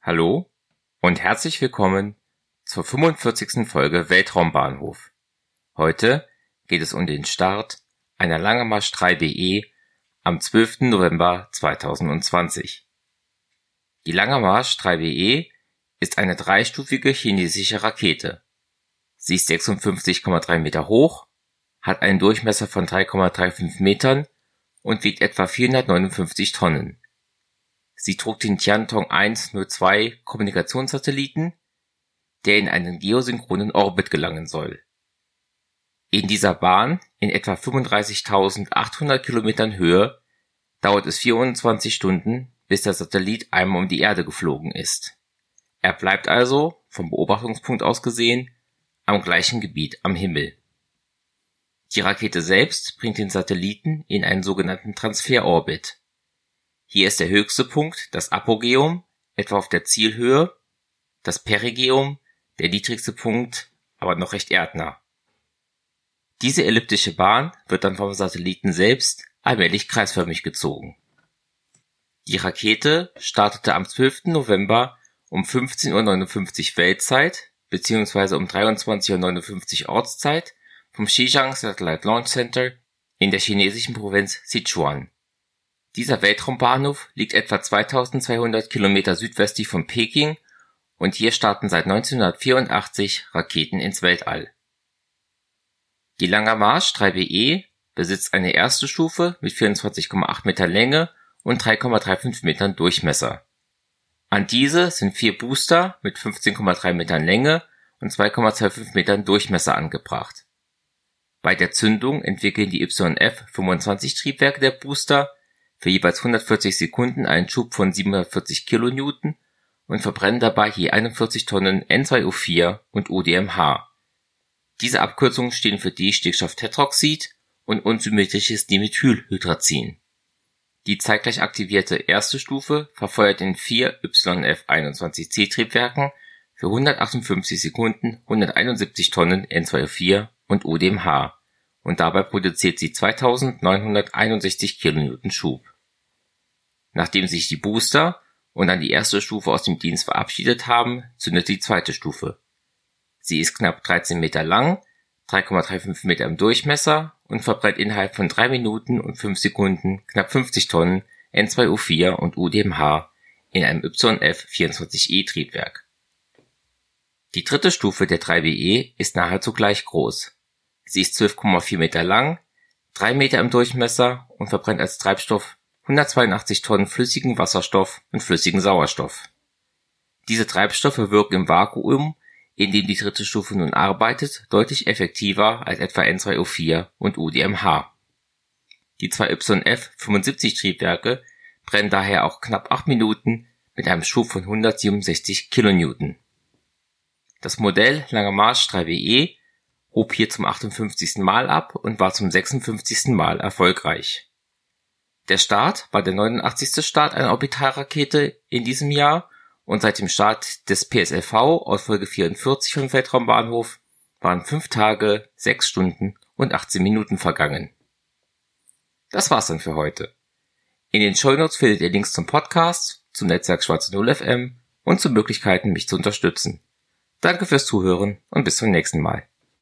Hallo und herzlich willkommen zur 45. Folge Weltraumbahnhof. Heute geht es um den Start einer Langemarsch 3BE am 12. November 2020. Die Langemarsch 3BE ist eine dreistufige chinesische Rakete. Sie ist 56,3 Meter hoch, hat einen Durchmesser von 3,35 Metern und wiegt etwa 459 Tonnen. Sie trug den Tiantong-102 Kommunikationssatelliten, der in einen geosynchronen Orbit gelangen soll. In dieser Bahn, in etwa 35.800 Kilometern Höhe, dauert es 24 Stunden, bis der Satellit einmal um die Erde geflogen ist. Er bleibt also, vom Beobachtungspunkt aus gesehen, am gleichen Gebiet am Himmel. Die Rakete selbst bringt den Satelliten in einen sogenannten Transferorbit. Hier ist der höchste Punkt, das Apogeum, etwa auf der Zielhöhe, das Perigeum, der niedrigste Punkt, aber noch recht erdnah. Diese elliptische Bahn wird dann vom Satelliten selbst allmählich kreisförmig gezogen. Die Rakete startete am 12. November um 15:59 Uhr Weltzeit bzw. um 23:59 Uhr Ortszeit vom Xizang Satellite Launch Center in der chinesischen Provinz Sichuan. Dieser Weltraumbahnhof liegt etwa 2200 Kilometer südwestlich von Peking und hier starten seit 1984 Raketen ins Weltall. Die Langemarsch 3BE besitzt eine erste Stufe mit 24,8 Meter Länge und 3,35 Metern Durchmesser. An diese sind 4 Booster mit 15,3 Metern Länge und 2,25 Metern Durchmesser angebracht. Bei der Zündung entwickeln die YF-25 Triebwerke der Booster für jeweils 140 Sekunden einen Schub von 740 Kilonewton und verbrennen dabei je 41 Tonnen N2O4 und ODMH. Diese Abkürzungen stehen für Distickstofftetroxid und unsymmetrisches Dimethylhydrazin. Die zeitgleich aktivierte erste Stufe verfeuert in 4 YF-21C Triebwerken für 158 Sekunden 171 Tonnen N2O4 und ODMH und dabei produziert sie 2961 Kilonewton Schub. Nachdem sich die Booster und dann die erste Stufe aus dem Dienst verabschiedet haben, zündet die zweite Stufe. Sie ist knapp 13 Meter lang, 3,35 Meter im Durchmesser und verbrennt innerhalb von 3 Minuten und 5 Sekunden knapp 50 Tonnen N2O4 und UDMH in einem YF-24E Triebwerk. Die dritte Stufe der 3BE ist nahezu gleich groß. Sie ist 12,4 Meter lang, 3 Meter im Durchmesser und verbrennt als Treibstoff 182 Tonnen flüssigen Wasserstoff und flüssigen Sauerstoff. Diese Treibstoffe wirken im Vakuum, in dem die dritte Stufe nun arbeitet, deutlich effektiver als etwa N2O4 und UDMH. Die 2 YF-75 Triebwerke brennen daher auch knapp 8 Minuten mit einem Schub von 167 Kilonewton. Das Modell Langemarsch 3BE hob hier zum 58. Mal ab und war zum 56. Mal erfolgreich. Der Start war der 89. Start einer Orbitalrakete in diesem Jahr und seit dem Start des PSLV aus Folge 44 vom Weltraumbahnhof waren 5 Tage, 6 Stunden und 18 Minuten vergangen. Das war's dann für heute. In den Shownotes findet ihr Links zum Podcast, zum Netzwerk Schwarze Null FM und zu Möglichkeiten, mich zu unterstützen. Danke fürs Zuhören und bis zum nächsten Mal.